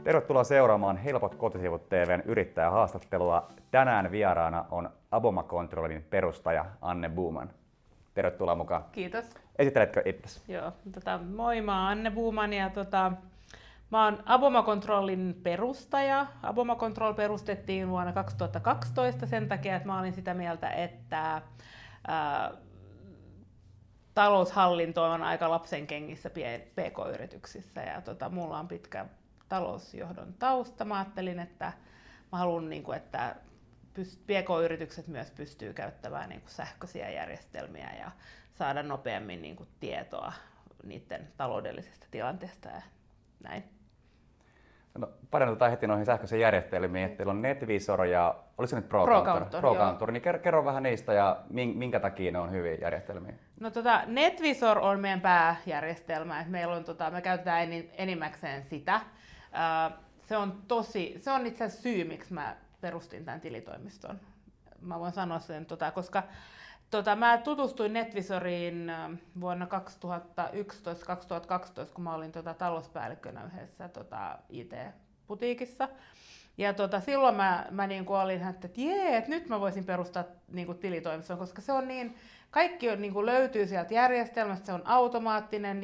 Tervetuloa seuraamaan Helpot kotisivut TV:n yrittäjähaastattelua. Tänään vieraana on Aboma Controlin perustaja Anne Boman. Tervetuloa mukaan. Kiitos. Esitteletkö itsesi? Joo, moi, mä oon Anne Boman ja mä oon Aboma Controlin perustaja. Aboma Control perustettiin vuonna 2012 sen takia, että mä olin sitä mieltä, että taloushallinto on aika lapsenkengissä PK-yrityksissä ja mulla on pitkä talousjohdon tausta. Mä ajattelin, että mä haluan, että PK-yritykset myös pystyy käyttämään sähköisiä järjestelmiä ja saada nopeammin tietoa niiden taloudellisesta tilanteesta ja näin. No, parannetaan heti noihin sähköisiin järjestelmiin. Teillä on NetVisor ja oliko se nyt ProCounter, niin kerro vähän niistä ja minkä takia ne on hyviä järjestelmiä? No NetVisor on meidän pääjärjestelmä. Meillä on, me käytetään enimmäkseen sitä. Se on itse asiassa syy, miksi mä perustin tämän tilitoimiston. Mä voin sanoa sen, koska mä tutustuin NetVisoriin vuonna 2011-2012, kun mä olin talouspäällikkönä yhdessä IT-putiikissa. Ja silloin mä olin, että nyt mä voisin perustaa tilitoimiston, koska se on kaikki on, löytyy sieltä järjestelmästä, se on automaattinen,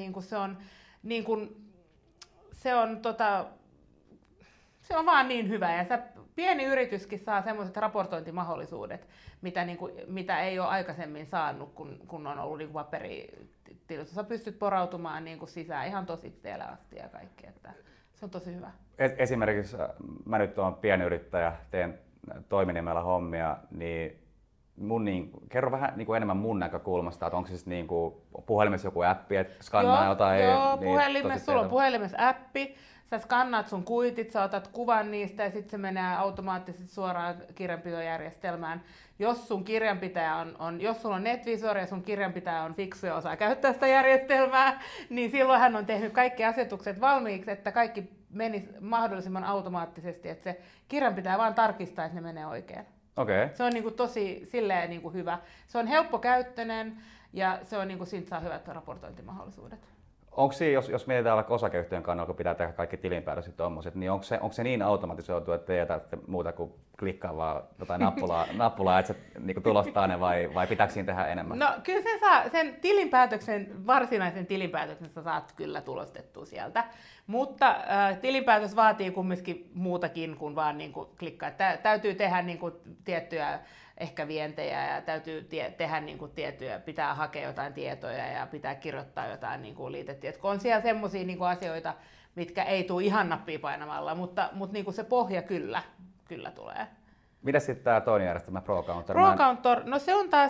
se on vaan niin hyvä ja pieni yrityskin saa semmoiset raportointimahdollisuudet, mitä ei ole aikaisemmin saanut, kun on ollut paperitili. Sä pystyt porautumaan sisään ihan tositteelle asti ja kaikki, että se on tosi hyvä. Esimerkiksi mä nyt olen pienyrittäjä, teen toiminimellä hommia, niin kerro vähän enemmän mun näkökulmasta, että onko se siis puhelimessa joku appi, että skannaa jotain? Joo, sulla on puhelimessa appi. Sä skannaat sun kuitit, sä otat kuvan niistä ja sitten se menee automaattisesti suoraan kirjanpitojärjestelmään. Jos sun kirjanpitäjä jos sulla on NetVisor ja sun kirjanpitäjä on fiksu ja osaa käyttää sitä järjestelmää, niin silloin hän on tehnyt kaikki asetukset valmiiksi, että kaikki menisi mahdollisimman automaattisesti, että se kirjanpitäjä vaan tarkistaa, että ne menee oikein. Okay. Se on tosi silleen hyvä. Se on helppokäyttöinen ja se on siitä saa hyvät raportointimahdollisuudet. Onko siinä, jos mietitään vaikka osakeyhtiön kannalta, kun pitää tehdä kaikki tilinpäätökset ja tommoset, niin onko se niin automatisoitu, että ei jätä muuta kuin klikkaa vaan jotain nappulaa, että se tulostaa ne vai pitääkö siinä tehdä enemmän? No kyllä sen varsinaisen tilinpäätöksen sä saat kyllä tulostettua sieltä, mutta tilinpäätös vaatii kumminkin muutakin kuin vaan klikkaa. Täytyy tehdä tiettyjä ehkä vientejä ja täytyy tehdä tiettyjä, pitää hakea jotain tietoja ja pitää kirjoittaa jotain liitetietoja. On siellä semmoisia asioita, mitkä ei tule ihan nappia painamalla, mutta se pohja kyllä tulee. Mitäs sitten tämä toinen järjestelmä, ProCounter? ProCounter, no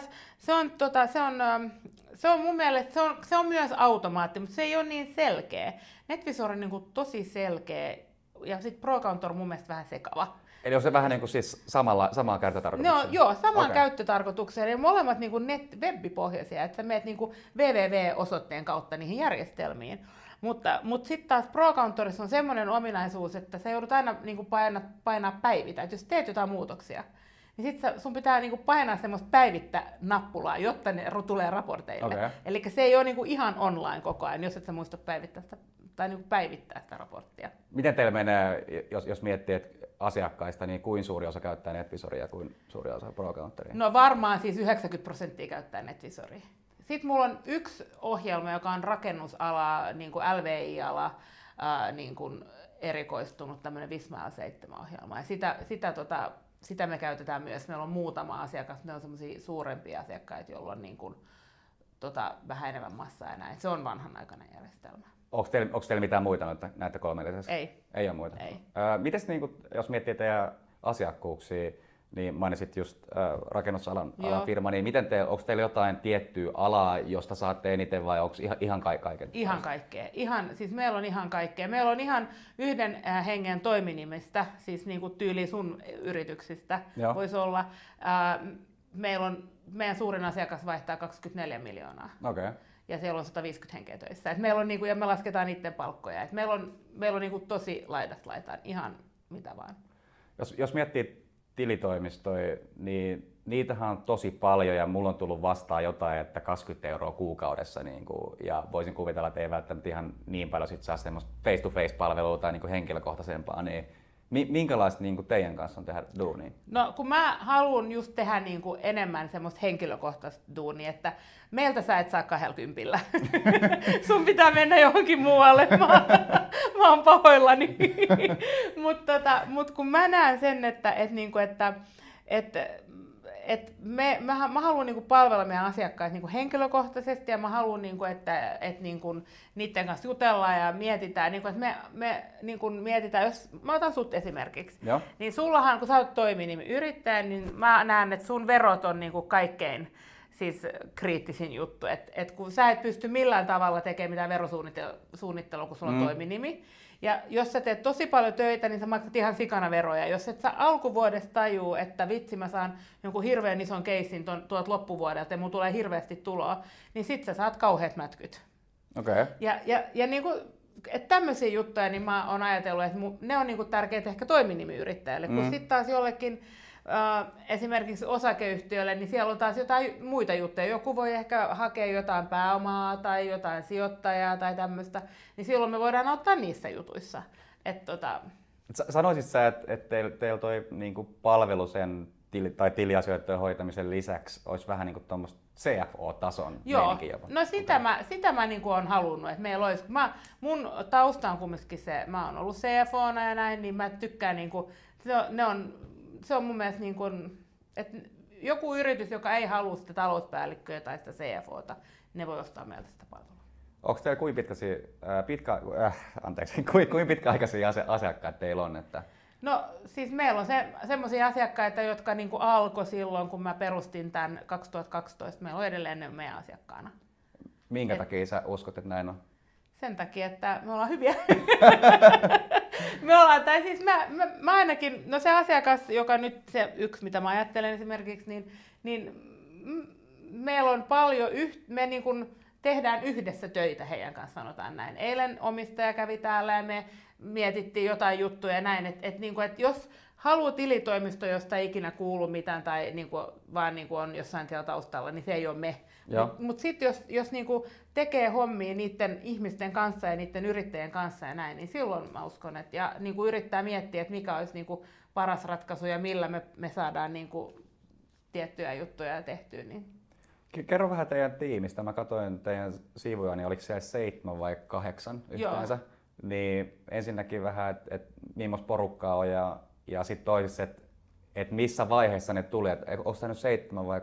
se on mun mielestä, se on myös automaatti, mutta se ei ole niin selkeä. NetVisor on tosi selkeä ja sitten ProCounter on mun mielestä vähän sekava. Eli on se vähän siis samaan käyttötarkoitukseen? No, joo, samaan käyttötarkoitukseen. Ja molemmat web-pohjaisia, että sä meet www-osoitteen kautta niihin järjestelmiin. Mutta sitten taas ProCounterissa on semmoinen ominaisuus, että sä joudut aina painaa päivitä. Et jos teet jotain muutoksia, niin sitten sun pitää painaa semmoista päivittä-nappulaa, jotta ne tulee raporteille. Okay. Eli se ei ole ihan online koko ajan, jos et sä muista päivittää sitä, tai päivittää sitä raporttia. Miten teillä menee, jos miettii, että asiakkaista, niin kuin suuri osa käyttää NetVisoria ja kuin suuri osa ProCounteria? No varmaan siis 90% käyttää NetVisoria. Sitten mulla on yksi ohjelma, joka on rakennusala, LVI-ala, erikoistunut tämmöinen Visma 7-ohjelma. Ja sitä me käytetään myös. Meillä on muutama asiakas, ne on semmoisia suurempia asiakkaita, joilla on vähän enemmän massaa ja näin. Se on vanhanaikainen järjestelmä. Onko teillä mitään muita näitä kolme lisäksi? Ei. Ei ole muita? Ei. Mites jos miettii teidän asiakkuuksia, niin mainitsit just rakennusalan firma, niin onko teillä jotain tiettyä alaa, josta saatte eniten vai onko ihan kaiken? Ihan kaikkea. Siis meillä on ihan kaikkea. Meillä on ihan yhden hengen toiminimestä, siis tyyli sun yrityksistä voisi olla. Meidän suurin asiakas vaihtaa 24 miljoonaa. Okay. Ja siellä on 150 henkeä töissä. Meillä on, ja me lasketaan niiden palkkoja. Meillä on tosi laidasta laitaan ihan mitä vaan. Jos miettii tilitoimistoja, niin niitähän on tosi paljon ja mulla on tullut vastaan jotain, että 20 € kuukaudessa niin kuin, ja voisin kuvitella, että ei välttämättä ihan niin paljon sit saa semmoista face-to-face-palvelua tai niin kuin henkilökohtaisempaa, niin minkälaista niin kuin teidän kanssa on tehdä duunia? No kun mä haluan just tehdä niin kuin enemmän semmoista henkilökohtaista duunia, että meiltä sä et saa 20. Sun pitää mennä johonkin muualle, mä oon pahoillani. Mutta kun mä näen sen, että mä haluan niinku palvella meidän asiakkaita niinku henkilökohtaisesti ja mä haluan, niinku, että niinku, niiden kanssa jutellaan ja mietitään. Niinku, että me niinku, mietitään, jos mä otan sut esimerkiksi, Joo. niin sullahan, kun sä oot toiminimiyrittäjä, niin mä näen, että sun verot on niinku kaikkein siis kriittisin juttu. Et kun sä et pysty millään tavalla tekemään mitään verosuunnittelua, kun sulla on toiminimi. Ja jos sä teet tosi paljon töitä, niin sä maksat ihan sikana veroja. Jos et sä alkuvuodesta tajuu, että vitsi mä saan jonkun hirveän ison keissin tuolta loppuvuodelta ja mulla tulee hirveästi tuloa, niin sit sä saat kauheat mätkyt. Okay. Ja niinku, että tämmöisiä juttuja, niin mä oon ajatellut, että ne on niinku tärkeitä ehkä toiminimiyrittäjälle, kun sitten taas jollekin esimerkiksi osakeyhtiölle, niin siellä on taas jotain muita juttuja. Joku voi ehkä hakea jotain pääomaa tai jotain sijoittajaa tai tämmöistä, niin silloin me voidaan auttaa niissä jutuissa. Sanoisit sä, että teillä toi niinku palvelu sen tiliasioiden hoitamisen lisäksi olisi vähän niinku tuommoista CFO-tason meininki jopa? No sitä mä niinku on halunnut, että meillä olisi, mun tausta on kumminkin se, mä oon ollut CFO:na ja näin, niin mä tykkään niinku, se on mun mielestä niin kuin, että joku yritys, joka ei halua sitä talouspäällikköä tai sitä CFOta, ne voi ostaa meiltä sitä palvelua. Onko teillä kuinka pitkäaikaisia asiakkaita teillä on? Että... No siis meillä on semmoisia asiakkaita, jotka niin kuin alkoi silloin, kun mä perustin tämän 2012. Meillä on edelleen meidän asiakkaana. Minkä takia sä uskot, että näin on? Sen takia, että me ollaan hyviä. Mä ainakin, no se asiakas, joka nyt se yksi, mitä mä ajattelen esimerkiksi, niin meillä on paljon, me niin kuin tehdään yhdessä töitä heidän kanssa, sanotaan näin. Eilen omistaja kävi täällä ja me mietittiin jotain juttuja ja näin, että jos haluaa tilitoimisto, josta ei ikinä kuulu mitään tai vaan on jossain siellä taustalla, niin se ei ole me. Mutta sitten jos tekee hommia niiden ihmisten kanssa ja niiden yrittäjien kanssa ja näin, niin silloin mä uskon, että ja yrittää miettiä, että mikä olisi paras ratkaisu ja millä me saadaan tiettyjä juttuja tehtyä. Niin. Kerro vähän teidän tiimistä. Mä katsoin teidän sivuja, niin oliko siellä 7 vai 8 yhteensä? Joo. Niin ensinnäkin vähän, että millaista porukkaa on ja sitten toisessa, että missä vaiheessa ne tuli, että onko tämä nyt 7 vai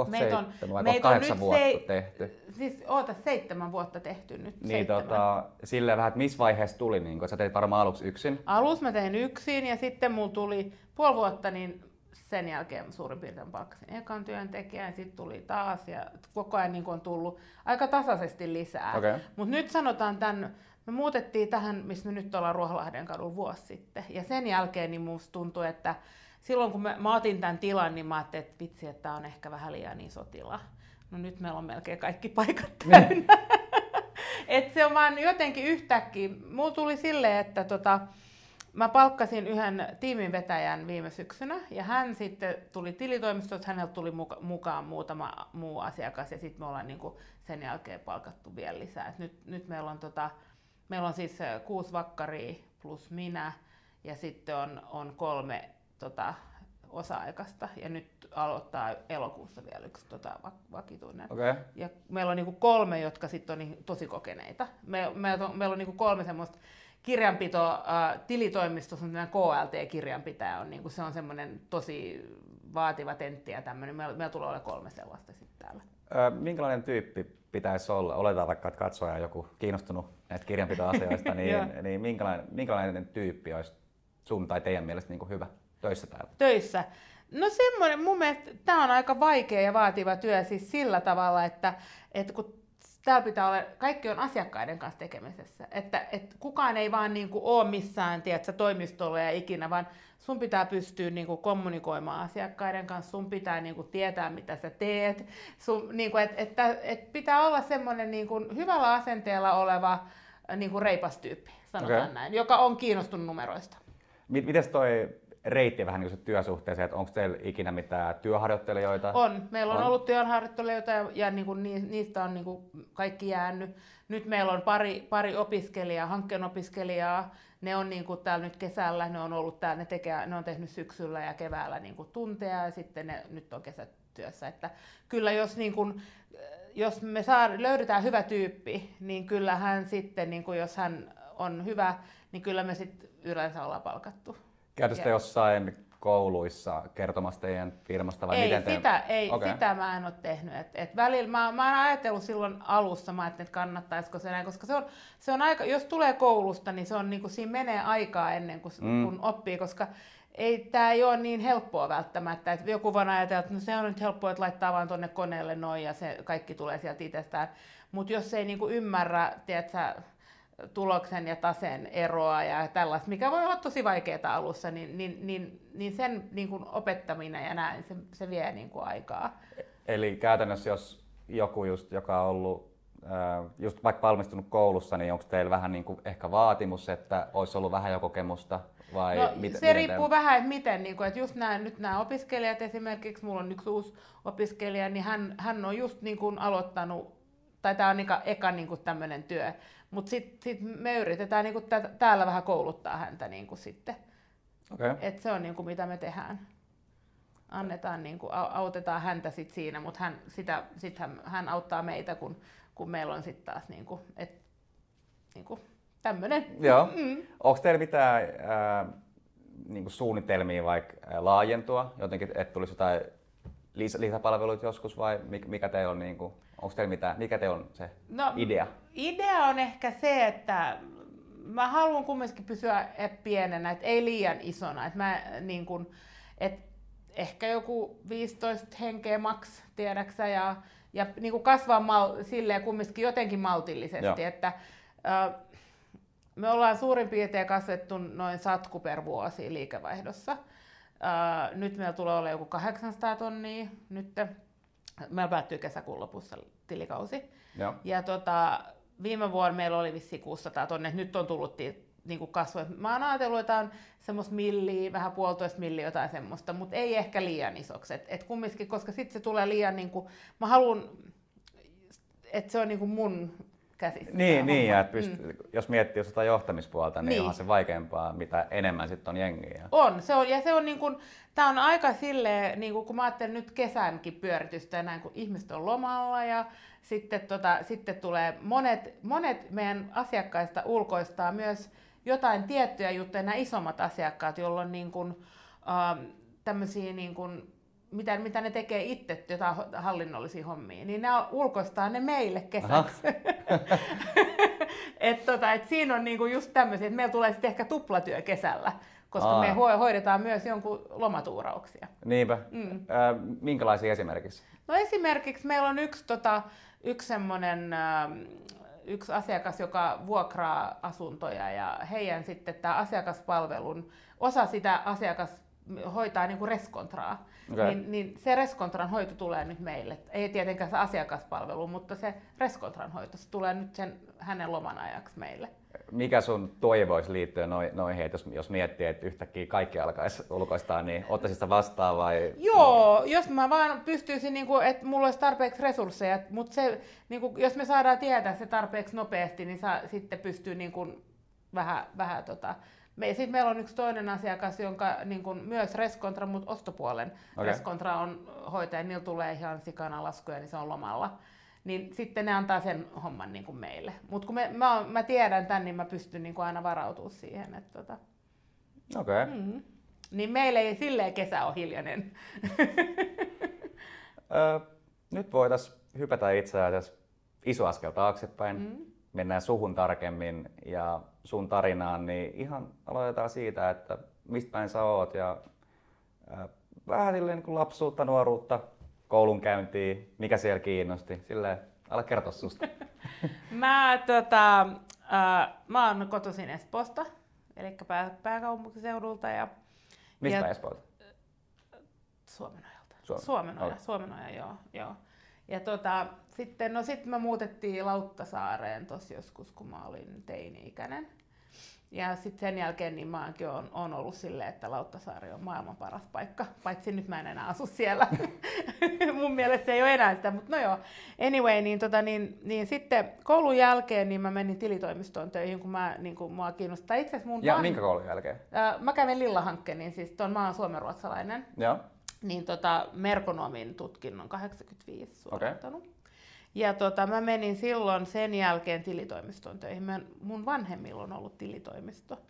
7 vai 8 vuotta tehty? Siis 7 vuotta tehty nyt. Niin silleen vähän, että missä vaiheessa tuli, niin kun sä teit varmaan aluksi yksin? Aluksi mä tein yksin ja sitten mulla tuli puoli vuotta, niin sen jälkeen suurin piirtein palkkasin ekan työntekijän, sitten tuli taas ja koko ajan on tullut aika tasaisesti lisää. Okay. Mutta nyt sanotaan me muutettiin tähän, missä me nyt ollaan Ruoholahden kadulla vuosi sitten. Ja sen jälkeen niin musta tuntui, että silloin kun mä otin tämän tilan, niin mä ajattelin, että vitsi, että tää on ehkä vähän liian iso tila. No nyt meillä on melkein kaikki paikat täynnä. Et se on vaan jotenkin yhtäkkiä. Mulla tuli silleen, että mä palkkasin yhden tiiminvetäjän viime syksynä ja hän sitten tuli tilitoimistosta, häneltä tuli mukaan muutama muu asiakas ja sitten me ollaan sen jälkeen palkattu vielä lisää. Et nyt meillä on siis 6 vakkaria plus minä ja sitten on 3 osa-aikaista ja nyt aloittaa elokuussa vielä yksi vakituinen. Okay. Ja meillä on 3, jotka sitten on tosi kokeneita. Meillä on 3 semmoista kirjanpito, tilitoimistossa on KLT-kirjanpitäjä, se on semmoinen tosi vaativa tentti ja tämmöinen. Meillä tulee olla 3 sellaista sitten täällä. Minkälainen tyyppi pitäisi olla? Oletaan vaikka, että katsoja on joku kiinnostunut näistä kirjanpitoasioista, niin minkälainen tyyppi olisi sun tai teidän mielestä hyvä töissä täällä? Töissä? No semmoinen, mun mielestä tämä on aika vaikea ja vaativa työ siis sillä tavalla, että kun täällä pitää olla, kaikki on asiakkaiden kanssa tekemisessä, että kukaan ei vaan ole missään toimistolla ja ikinä, vaan sun pitää pystyä kommunikoimaan asiakkaiden kanssa, sun pitää tietää mitä sä teet, että pitää olla semmoinen hyvällä asenteella oleva reipas tyyppi, sanotaan näin, joka on kiinnostunut numeroista. Mites toi reitti vähän niin kuin työsuhteeseen, että onko teillä ikinä mitään työharjoittelijoita? On. Meillä on ollut työharjoittelijoita ja niin kuin niistä on niin kuin kaikki jäänyt. Nyt meillä on pari opiskelijaa, hankkeen opiskelijaa. Ne on niin kuin täällä nyt kesällä, ne on ollut täällä, ne on tehnyt syksyllä ja keväällä niin kuin tunteja ja sitten ne nyt on kesätyössä. Että kyllä jos me löydetään hyvä tyyppi, niin kyllä hän sitten, niin kuin jos hän on hyvä, niin kyllä me sitten yleensä ollaan palkattu. Käytkö sitä jossain kouluissa kertomassa teidän firmasta vai miten te... Sitä mä en ole tehnyt. Et välillä mä oon ajatellut silloin alussa, että kannattaisiko se näin, koska se on aika, jos tulee koulusta, niin se on niin kuin, siinä menee aikaa ennen kuin kun oppii, koska tämä ei ole niin helppoa välttämättä. Et joku vaan ajatella, että no se on nyt helppoa, että laittaa vaan tuonne koneelle noin ja se kaikki tulee sieltä itsestään. Mutta jos ei niin kuin ymmärrä, tiedätkö, tuloksen ja taseen eroa ja tällaista, mikä voi olla tosi vaikeaa alussa, niin sen niin kuin opettaminen ja näin, se vie niin kuin aikaa. Eli käytännössä jos joku just, joka on ollut just vaikka valmistunut koulussa, niin onko teillä vähän niin kuin ehkä vaatimus, että olisi ollut vähän jo kokemusta? Vai no, se riippuu vähän, että miten, niin kuin, että just nämä opiskelijat esimerkiksi, mulla on yksi uusi opiskelija, niin hän on just niin kuin aloittanut, tai tämä on eka niin kuin tämmöinen työ, mutta sitten me yritetään niin kuin täällä vähän kouluttaa häntä niin kuin sitten. Okay. Et se on niin kuin mitä me tehdään. Annetaan, niin kuin, autetaan häntä sit siinä, mutta hän auttaa meitä, kun meillä on sitten taas niin kuin tämmöinen. Joo. Onko teillä mitään niin kuin suunnitelmia vaikka laajentua jotenkin, että tulisi jotain lisäpalveluita joskus vai mikä teillä on, niin kuin, onko teillä mitään, mikä teillä on se idea? Idea on ehkä se, että mä haluan kumminkin pysyä pienenä, että ei liian isona. Että mä, niin kuin, että ehkä joku 15 henkeä maks, tiedäksä, ja niin kuin kasvaa silleen kumminkin jotenkin maltillisesti. Että, me ollaan suurin piirtein kasvettu noin 100 per vuosi liikevaihdossa. Nyt meillä tulee olla joku 800 tonnia. Nyt meillä päättyy kesäkuun lopussa tilikausi. Joo. Ja viime vuonna meillä oli vissiin 600 tonnia. Nyt on tullut niin kuin kasvua. Mä oon ajatellut, että on semmoista milliä, vähän 1,5 milliä jotain semmoista, mutta ei ehkä liian isoksi. Et kumminkin, koska sitten se tulee liian, niin kuin, mä haluan, että se on niin kuin mun käsissä. Niin ja jos miettii jotain johtamispuolta, niin onhan se vaikeampaa, mitä enemmän sitten on jengiä. Se on niin kuin, tää on aika silleen, niin kuin, kun mä ajattelen nyt kesänkin pyöritystä ja näin, kun ihmiset on lomalla ja sitten tulee monet meidän asiakkaista ulkoistaa myös jotain tiettyjä juttuja, nämä isommat asiakkaat, joilla on niin kuin, tämmöisiä niin kuin, mitä ne tekee itse, jotain hallinnollisia hommia, niin ne ulkoistaa ne meille kesäksi. et siinä on niinku just tämmöisiä, että meillä tulee sitten ehkä tuplatyö kesällä, koska me hoidetaan myös jonkun lomatuurauksia. Niinpä. Minkälaisia esimerkiksi? No esimerkiksi meillä on yksi asiakas, joka vuokraa asuntoja ja heidän sitten tämä asiakaspalvelun, osa sitä hoitaa niin kuin reskontraa. Okay. Niin se reskontran hoito tulee nyt meille. Ei tietenkään se asiakaspalvelu, mutta se reskontran hoito se tulee nyt hänen loman ajaksi meille. Mikä sun toivoisi liittyen noihin, että jos miettii, että yhtäkkiä kaikki alkaisi ulkoistaa, niin ottaisit sitä vastaan vai? Joo, jos mä vaan pystyisin, että mulla olisi tarpeeksi resursseja, mutta se, jos me saadaan tietää se tarpeeksi nopeasti, niin sitten pystyy vähän sitten meillä on yksi toinen asiakas, jonka myös reskontra, mutta ostopuolen reskontra on hoitaja, niillä tulee ihan sikana laskuja, niin se on lomalla. Niin sitten ne antaa sen homman meille. Mutta kun mä tiedän tämän, niin mä pystyn aina varautumaan siihen. Okei. Niin meillä ei silleen kesä ole hiljainen. Nyt voitaisiin hypätä itse asiassa iso askel taaksepäin. Mennään suhun tarkemmin ja sun tarinaan, niin ihan aloitetaan siitä, että mistä päin sä oot ja vähän silleen niin lapsuutta, nuoruutta, koulunkäyntiä, mikä siellä kiinnosti, silleen ala kertoa susta. Mä oon kotoisin Espoosta, eli pääkaupunkiseudulta. Mistä Espoolta? Suomenojalta. Suomenoja, joo. Ja sitten me muutettiin Lauttasaareen tossa joskus, kun mä olin teini-ikäinen. Ja sitten sen jälkeen niin mä oon ollut silleen, että Lauttasaari on maailman paras paikka, paitsi nyt mä en enää asu siellä. Mun mielestä se ei ole enää sitä, mutta no joo. Anyway, niin sitten koulun jälkeen niin mä menin tilitoimistoon töihin, kun mua kiinnostaa. Itse asiassa minkä koulun jälkeen? Mä kävin Lilla-hankkeen, niin siis mä oon suomenruotsalainen. Joo. Niin Merkonomin tutkinnon 85 suorittanut. Okay. Ja mä menin silloin sen jälkeen tilitoimistoon töihin. Mun vanhemmilla on ollut tilitoimisto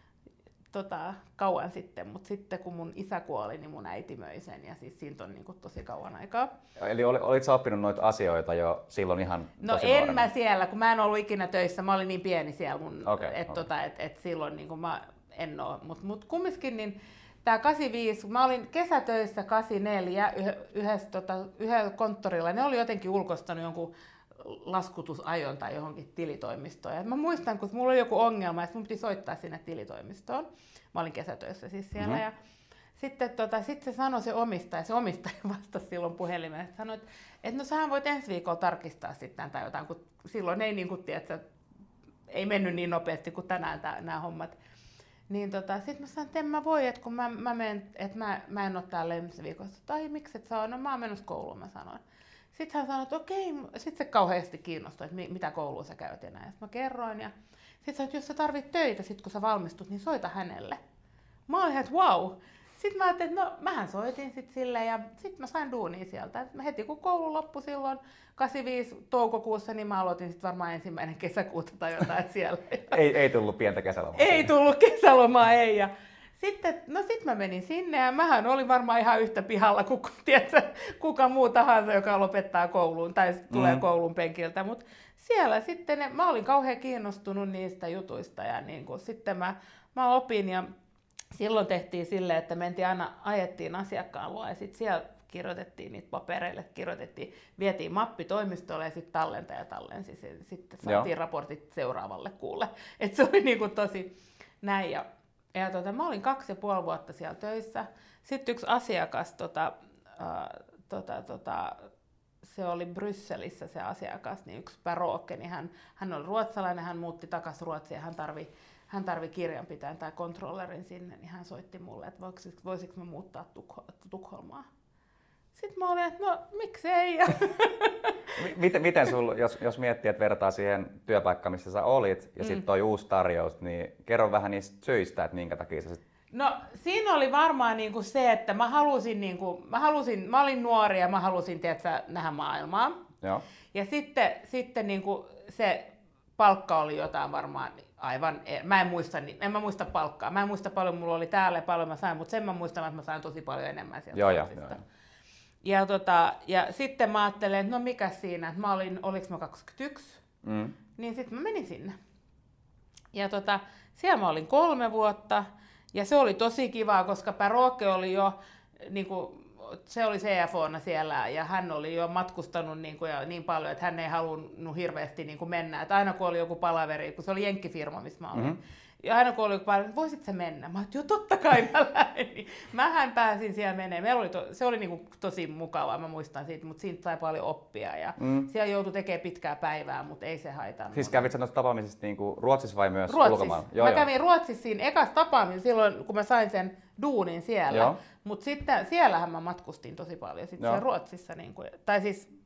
kauan sitten, mutta sitten kun mun isä kuoli, niin mun äiti möi sen ja siis siitä on tosi kauan aikaa. Eli olit sä oppinut noita asioita jo silloin ihan tosi en nuorena? mä siellä, kun mä en ollut ikinä töissä, mä olin niin pieni siellä, Okay. Et silloin mä en oo, mut kumminkin niin tää 85, mä olin kesätöissä 84 yhdessä konttorilla, ne oli jotenkin ulkoistanut jonkun laskutusajon tai johonkin tilitoimistoon. Ja mä muistan, kun mulla oli joku ongelma, että mun piti soittaa sinne tilitoimistoon. Mä olin kesätöissä siis siellä. Mm-hmm. Ja sitten se sanoi se omistaja vastasi silloin puhelimeen, että sanoi, että no sähän voit ensi viikolla tarkistaa sitten tai jotain, kun silloin ei ei mennyt niin nopeasti kuin tänään nämä hommat. Niin sitten mä sanoin, että en mä voi, että kun mä menen, että mä en ole täällä ensi viikossa. Tai miksi et sä ole? No mä oon menossa kouluun, mä sanoin. Sitten hän sanoi, että okei, sitten se kauheasti kiinnostui, että mitä koulua sä käyt enää. Ja mä kerroin ja sitten sanoin, että jos sä tarvit töitä, sit kun sä valmistut, niin soita hänelle. Mä olin, että wow. Sitten mä ajattelin, että no mähän soitin sitten sille ja sitten mä sain duunia sieltä. Heti kun koulu loppui silloin 85 toukokuussa, niin mä aloitin sitten varmaan 1. kesäkuuta tai jotain siellä. ei tullut pientä kesälomaa. Ei tullut kesälomaa, ei. Ja sitten mä menin sinne ja mähän olin varmaan ihan yhtä pihalla kuin kuka muu tahansa, joka lopettaa kouluun tai tulee koulun penkiltä. Mutta siellä sitten mä olin kauhean kiinnostunut niistä jutuista ja sitten mä opin ja silloin tehtiin silleen, että ajettiin asiakkaan luo ja sitten siellä kirjoitettiin niitä papereille, vietiin mappi toimistolle ja sitten tallentaja tallensi. Sitten saatiin raportit seuraavalle kuulle. Et se oli tosi näin. Ja mä olin 2,5 vuotta siellä töissä. Sitten yksi asiakas, se oli Brysselissä se asiakas, niin yksi Päroke, niin hän oli ruotsalainen, hän muutti takaisin Ruotsiin ja hän tarvi kirjanpitäjän tai kontrollerin sinne, niin hän soitti mulle, että voisiko mä muuttaa Tukholmaan. Sitten mä olin, että no miksei. Miten sulla, jos miettii, että vertaa siihen työpaikkaan, missä sä olit, ja sitten toi uusi tarjous, niin kerro vähän niistä syistä, että minkä takia sä sit... No siinä oli varmaan se, että mä olin nuori ja mä halusin nähdä maailmaa. Joo. Ja sitten se palkka oli jotain varmaan aivan, en mä muista palkkaa. Mä en muista paljon mulla oli täällä ja paljon mä sain, mutta sen mä muistan, että mä sain tosi paljon enemmän sieltä. Joo. Ja sitten mä ajattelin, että no mikä siinä, että oliks mä 21, niin sitten mä menin sinne. Ja siellä mä olin 3 vuotta ja se oli tosi kivaa, koska Päroke oli jo, se oli CFO:na siellä ja hän oli jo matkustanut niin paljon, että hän ei halunnut hirveästi mennä. Että aina kun oli joku palaveri, kun se oli jenkkifirma, missä mä olin, ja aina kun oli joku palaveri, että voisit sä mennä? Mä ajattelin, joo totta kai mä lähdin. Mähän pääsin siellä menemään. Se oli tosi mukavaa, mä muistan siitä, mutta siitä sai paljon oppia. Ja siellä joutui tekemään pitkää päivää, mutta ei se haitannut. Siis kävit sä noista tapaamisista Ruotsissa vai myös ulkomailla? Mä kävin Ruotsissa siinä ekas tapaamisessa silloin, kun mä sain sen duunin siellä. Mutta sitten siellähän mä matkustin tosi paljon. Sitten siellä Ruotsissa, tai siis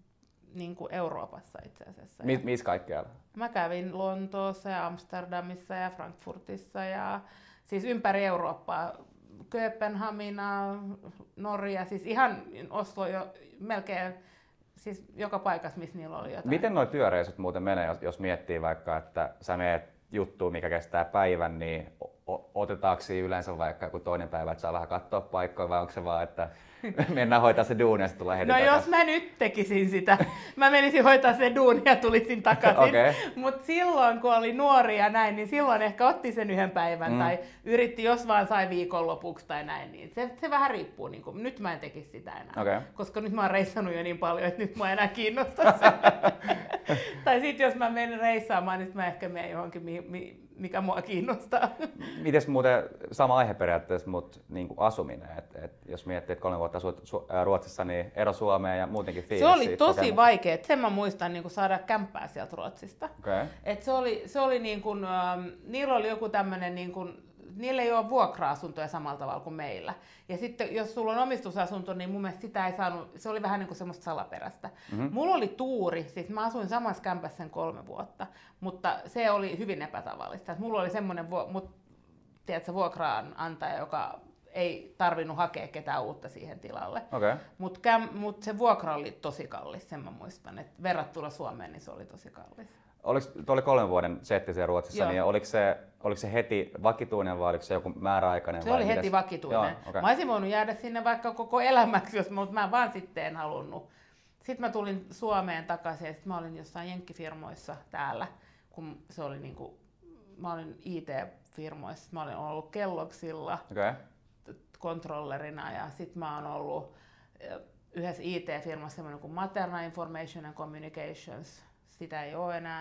Euroopassa itse asiassa. Missä kaikkialla? Mä kävin Lontoossa ja Amsterdamissa ja Frankfurtissa ja siis ympäri Eurooppaa. Kööpenhamina, Norja, siis ihan Oslo jo melkein, siis joka paikassa, missä niillä oli jotain. Miten nuo työreisut muuten menee, jos miettii vaikka, että sä meet juttuun, mikä kestää päivän, niin otetaanko siinä yleensä vaikka joku toinen päivä, että saa vähän katsoa paikkoja, vai onko se vaan, että mennään hoitaa se duuni ja sitten tulee heti takaisin? Jos mä nyt tekisin sitä, mä menisin hoitaa se duuni ja tulisin takaisin. Okay. Mutta silloin, kun oli nuori ja näin, niin silloin ehkä otti sen 1 päivän tai yritti, jos vaan sai viikonlopuksi tai näin. Niin se vähän riippuu. Nyt mä en tekisi sitä enää, koska nyt mä oon reissannut jo niin paljon, että nyt mä enää kiinnostaa se. Tai sitten jos mä menen reissaamaan, niin mä ehkä menen johonkin, mikä mua kiinnostaa. Mites muuten sama aihe periaatteessa, mutta asuminen, että jos miettii, että 3 vuotta vuotta Ruotsissa, niin ero Suomeen ja muutenkin fiilis. Se oli tosi vaikea. Sen mä muistan niin saada kämppää sieltä Ruotsista. Okay. Et se oli niin kuin, niillä oli joku tämmöinen, niin kuin, niillä ei ole vuokra-asuntoja samalla tavalla kuin meillä. Ja sitten jos sulla on omistusasunto, niin mun mielestä sitä ei saanut, se oli vähän niin kuin semmoista salaperäistä. Mm-hmm. Mulla oli tuuri, siis mä asuin samassa kämpässä sen 3 vuotta, mutta se oli hyvin epätavallista. Et mulla oli semmoinen vuokraanantaja, joka ei tarvinnut hakea ketään uutta siihen tilalle. Okay. Mut se vuokra oli tosi kallis, sen mä muistan. Et verrattuna Suomeen, niin se oli tosi kallis. Tuo oli 3 vuoden setti siellä Ruotsissa, niin oliko se heti vakituinen vai oliko se joku määräaikainen? Se oli heti vakituinen. Okay. Mä olisin voinut jäädä sinne vaikka koko elämäksi, mutta mä vaan sitten en halunnut. Sitten mä tulin Suomeen takaisin ja sitten mä olin jossain jenkkifirmoissa täällä, kun se oli niinku, mä olin IT-firmoissa, mä olin ollut Kellogg'silla kontrollerina ja sitten mä oon ollut yhdessä IT-firmassa semmoinen kuin Materna Information and Communications. Sitä ei ole enää.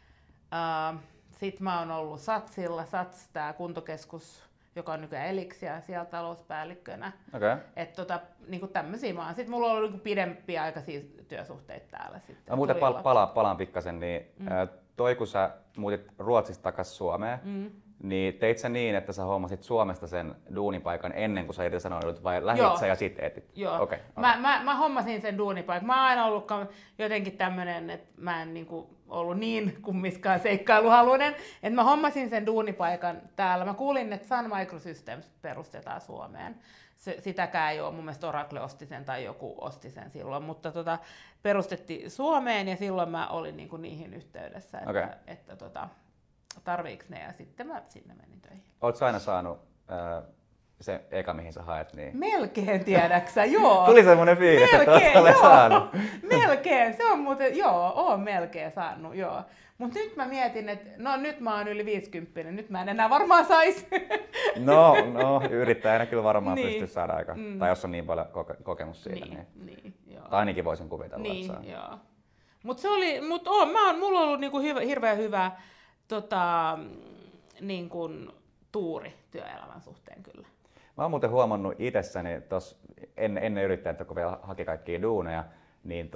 Sitten mä oon ollut Satsilla, Sats, tää kuntokeskus, joka on nykyään Elixia, siellä talouspäällikkönä. Okay. Niinku tämmösiä mä oon. Sitten mulla on ollut niinku pidempiä aikaisia työsuhteita täällä. Sitten. Mä muuten palaan pikkasen, niin kun sä muutit Ruotsista takaisin Suomeen, niin teit sä niin, että sä hommasit Suomesta sen duunipaikan ennen kuin sä irtisanoudut vai lähit sä ja sit etit? Joo. Okay. Mä hommasin sen duunipaikan. Mä oon aina ollut jotenkin tämmönen, että mä en niinku ollut niin kummiskaan seikkailuhaluinen, että mä hommasin sen duunipaikan täällä. Mä kuulin, että Sun Microsystems perustetaan Suomeen. Sitäkään ei ole, mun mielestä Oracle osti sen tai joku osti sen silloin, mutta perustettiin Suomeen ja silloin mä olin niinku niihin yhteydessä, että tarviiks ne ja sitten mä sinne menin töihin. Ootko aina saanut se eka mihin sä haet? Niin... Melkein tiedäksä, joo. Tuli semmoinen fiilis, että oot saanut. Melkein, se on muuten, oon melkein saanut, joo. Mut nyt mä mietin, että nyt mä oon yli 50, nyt mä en enää varmaan sais. No, yrittäjänä kyllä varmaan pystyy saada aika. Tai jos on niin paljon kokemus siitä. Niin joo. Tai ainakin voisin kuvitella. Niin, joo. Mulla on ollut niinku hirveän hyvä niin kuin tuuri työelämän suhteen kyllä. Mä oon muuten huomannut itsessäni, ennen yrittäjät, kun vielä haki kaikkia duuneja, niin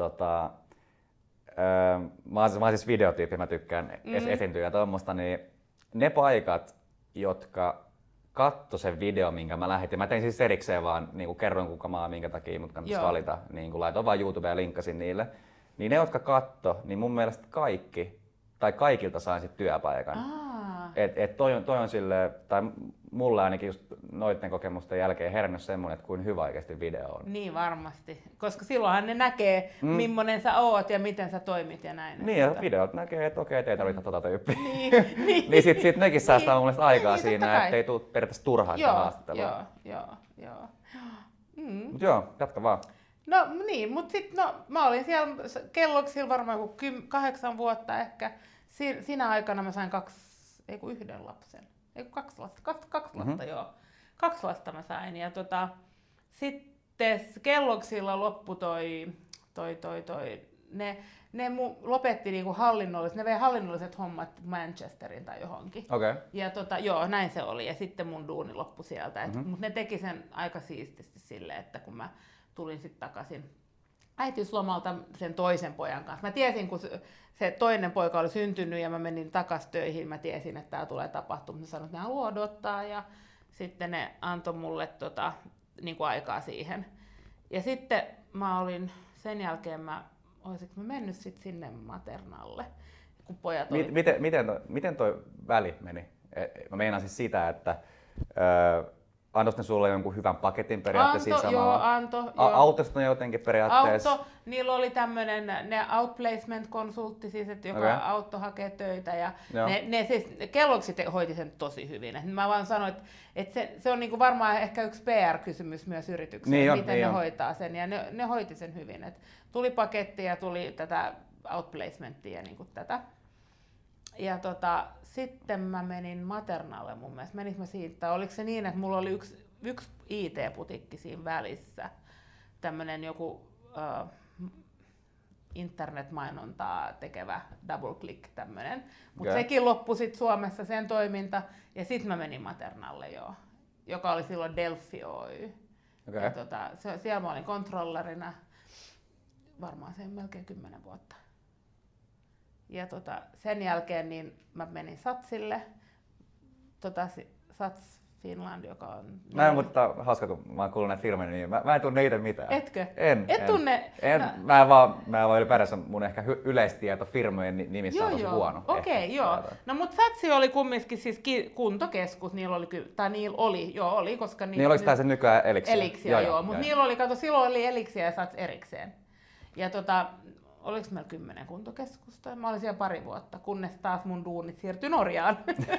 mä oon siis videotyyppi, mä tykkään esiintyä ja tommoista, niin ne paikat, jotka katso sen video, minkä mä lähetin, mä tein siis erikseen vaan, niin kerroin kuka mä oon, minkä takia mut kannattaisi valita, niin laitoin vaan YouTubeen ja linkkasin niille, niin ne, jotka katso, niin mun mielestä kaikilta sain sit työpaikan. Toi on silleen, tai mulle ainakin just noitten kokemusten jälkeen herännyt semmoinen, että kuin hyvä oikeasti video on. Niin varmasti, koska silloinhan ne näkee, millainen sä oot ja miten sä toimit ja näin. Niin, ja videot näkee, että okei, te ei tarvita tota tyyppiä. Niin sit nekin säästää mun mielestä aikaa siinä, ettei tule periaatteessa turhaa sitä haastattelua. Joo. Mut joo, jatka vaan. No niin, mutta sitten mä olin siellä Kellogg'silla varmaan joku 8 vuotta ehkä. Siinä aikana mä sain 2 lapsen. Kaksi lasta, joo. 2 lasta mä sain. Ja sitten Kellogg'silla loppu ne lopetti niinku ne vei hallinnolliset hommat Manchesterin tai johonkin. Okay. Ja näin se oli. Ja sitten mun duuni loppui sieltä. Mutta ne teki sen aika siististi silleen, että kun mä tulin sitten takaisin äitiyslomalta sen toisen pojan kanssa. Mä tiesin, kun se toinen poika oli syntynyt ja mä menin takaisin töihin, mä tiesin, että tää tulee tapahtumaan. Mä sanoin, että ne haluaa odottaa ja sitten ne antoi mulle niinku aikaa siihen. Ja sitten sen jälkeen olisinko mä mennyt sitten sinne Maternalle, kun pojat oli... Miten toi väli meni? Mä meinaan siis sitä, että... Antoiko ne sulle jonkun hyvän paketin periaatteessa samalla? Antoi. Autosta ne jotenkin periaatteessa? Niillä oli tämmöinen outplacement-konsultti, siis, että joka auto hakee töitä. Ja ne siis, Kellogg's hoiti sen tosi hyvin. Et mä vaan sanoin, että se on niinku varmaan ehkä yksi PR-kysymys myös yritykseen, miten ne hoitaa sen. Ja ne hoiti sen hyvin. Et tuli paketti ja tuli tätä outplacementia ja niinku tätä. Ja sitten mä menin Maternalle mun mielestä. Meninkö mä siitä? Oliko se niin, että mulla oli yksi IT-putikki siinä välissä? Tämmönen joku internetmainontaa tekevä DoubleClick tämmönen. Mutta sekin loppui sit Suomessa sen toiminta. Ja sitten mä menin Maternalle joka oli silloin Delphi Oy. Okay. Ja siellä mä olin controllerina varmaan sen melkein 10 vuotta. Ja sen jälkeen niin mä menin Satsille, Sats Finland, joka on... Mutta hauska, kun mä oon kuullut näitä firmoja, niin mä en tunne itse mitään. Etkö? En Tunne? En. Mä vaan ylipäätänsä mun ehkä yleistieto firmojen nimissä on tosi huono. Okei, joo. No mut Satsi oli kumminkin siis kuntokeskus, niillä oli, koska... Niin oliko tää se nykyään Elixia? Elixia, joo. Mutta niillä oli, silloin oli Elixia ja Sats erikseen. Ja oliko meillä 10 kuntokeskusta? Mä olin siellä 2 vuotta, kunnes taas mun duunit siirtyi Norjaan.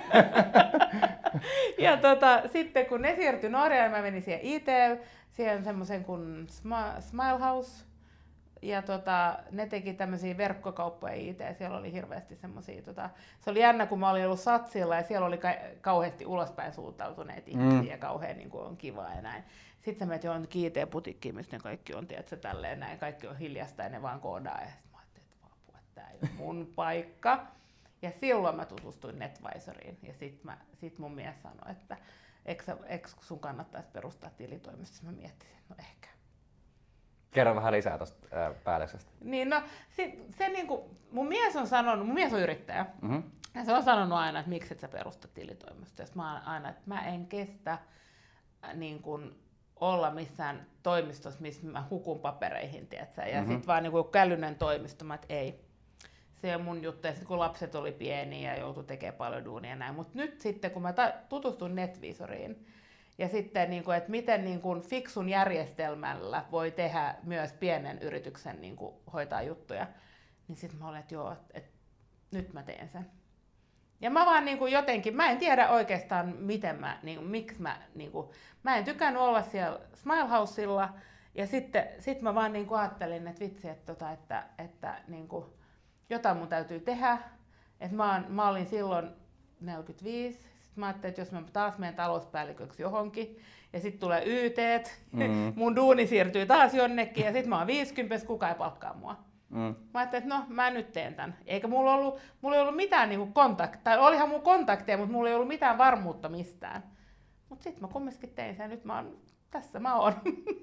Ja sitten kun ne siirtyi Norjaan, mä menin siihen semmoisen kuin Smile House. Ja ne teki tämmöisiä verkkokauppoja IT, siellä oli hirveästi semmosia, se oli jännä, kun mä olin ollut Satsilla ja siellä oli kauheasti ulospäin suuntautuneet ihmisiä ja kauhean niin kuin on kivaa ja näin. Sitten sä menet johonkin IT-putikkiin, missä ne kaikki on, tiedätkö, tälleen näin, kaikki on hiljasta ja ne vaan koodaa. Ja sitten mä ajattelin, että vapua, tää ei ole mun paikka. Ja silloin mä tutustuin NetVisoriin ja sit mun mies sanoi, että eikö sun kannattaisi perustaa tilitoimisto? Mä miettisin, no ehkä. Kerro vähän lisää tuosta päälleksestä. Niin, no, se niinku, mun mies on yrittäjä. Mm-hmm. Ja se on sanonut aina, että miksi et sä perusta tilitoimistoa. Mä oon aina, että mä en kestä niin kun, olla missään toimistossa, missä mä hukun papereihin, tiedätkö? Ja sit vaan niin kuin kälynen toimisto, mä, että ei. Se on mun juttu. Ja sit kun lapset oli pieniä ja joutui tekemään paljon duunia ja näin. Mutta nyt sitten, kun mä tutustuin NetVisoriin, ja sitten, niin kuin, että miten niin kuin fiksun järjestelmällä voi tehdä myös pienen yrityksen niin kuin, hoitaa juttuja, niin sitten mä olin, että joo, että nyt mä teen sen. Ja mä vaan niin kuin jotenkin, mä en tiedä oikeastaan miksi mä en tykännyt olla siellä Smile Housella, ja sitten mä vaan niin kuin ajattelin, että vitsi, että niin kuin, jotain mun täytyy tehdä, että mä olin silloin 45, mä ajattelin, että jos mä taas menen talouspäälliköksi johonkin, ja sitten tulee YT:t, mun duuni siirtyy taas jonnekin, ja sitten mä oon 50, kukaan ei palkkaa mua. Mä ajattelin, että no, mä nyt teen tän. Eikä mulla ei ollut mitään niinku kontakteja, tai olihan mun kontakteja, mutta mulla ei ollut mitään varmuutta mistään. Mutta sitten mä kumminkin tein sen, nyt tässä mä oon.